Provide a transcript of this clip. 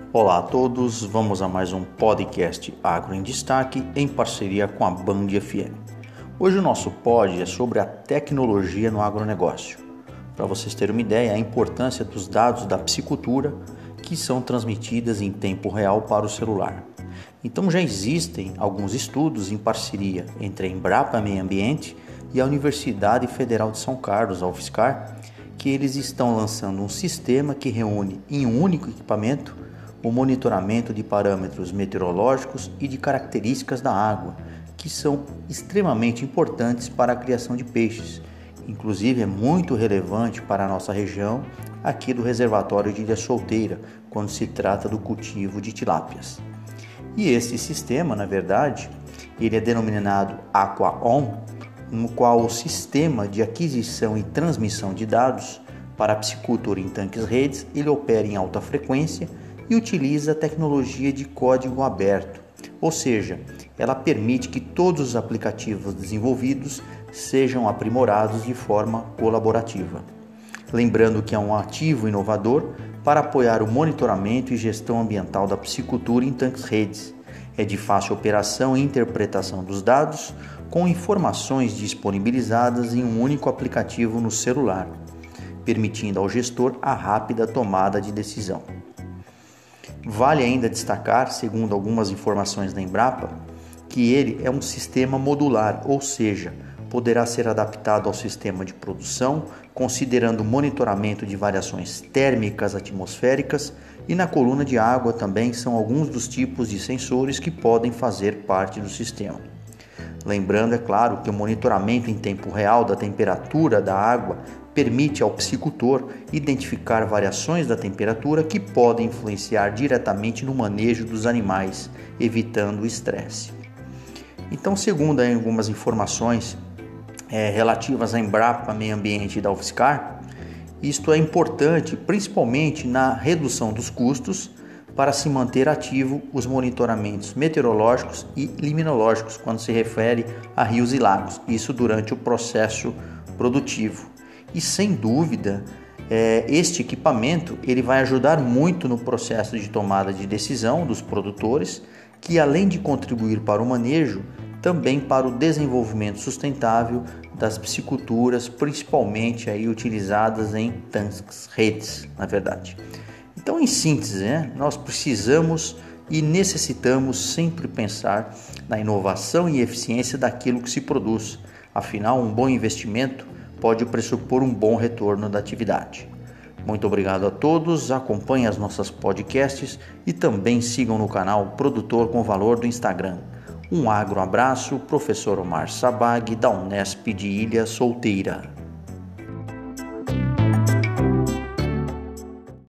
Olá a todos, vamos a mais um podcast Agro em Destaque em parceria com a Band FM. Hoje o nosso pod é sobre a tecnologia no agronegócio. Para vocês terem uma ideia, a importância dos dados da piscicultura que são transmitidas em tempo real para o celular. Então já existem alguns estudos em parceria entre a Embrapa Meio Ambiente e a Universidade Federal de São Carlos, a UFSCar, que eles estão lançando um sistema que reúne em um único equipamento o monitoramento de parâmetros meteorológicos e de características da água, que são extremamente importantes para a criação de peixes. Inclusive é muito relevante para a nossa região, aqui do reservatório de Ilha Solteira, quando se trata do cultivo de tilápias. E esse sistema, na verdade, ele é denominado AquaOn, no qual o sistema de aquisição e transmissão de dados para a piscicultura em tanques-redes, ele opera em alta frequência e utiliza a tecnologia de código aberto, ou seja, ela permite que todos os aplicativos desenvolvidos sejam aprimorados de forma colaborativa. Lembrando que é um ativo inovador para apoiar o monitoramento e gestão ambiental da piscicultura em tanques-redes. É de fácil operação e interpretação dos dados, com informações disponibilizadas em um único aplicativo no celular, permitindo ao gestor a rápida tomada de decisão. Vale ainda destacar, segundo algumas informações da Embrapa, que ele é um sistema modular, ou seja, poderá ser adaptado ao sistema de produção, considerando o monitoramento de variações térmicas atmosféricas, e na coluna de água também são alguns dos tipos de sensores que podem fazer parte do sistema. Lembrando, é claro, que o monitoramento em tempo real da temperatura da água permite ao piscicultor identificar variações da temperatura que podem influenciar diretamente no manejo dos animais, evitando o estresse. Então, segundo algumas informações relativas à Embrapa Meio Ambiente e da UFSCar, isto é importante principalmente na redução dos custos para se manter ativo os monitoramentos meteorológicos e liminológicos quando se refere a rios e lagos, isso durante o processo produtivo. E sem dúvida, este equipamento ele vai ajudar muito no processo de tomada de decisão dos produtores, que além de contribuir para o manejo, também para o desenvolvimento sustentável das pisciculturas, principalmente aí utilizadas em tanques-redes, na verdade. Então, em síntese, nós precisamos e necessitamos sempre pensar na inovação e eficiência daquilo que se produz. Afinal, um bom investimento pode pressupor um bom retorno da atividade. Muito obrigado a todos, acompanhem as nossas podcasts e também sigam no canal Produtor com Valor do Instagram. Um agro abraço, professor Omar Sabag, da Unesp de Ilha Solteira.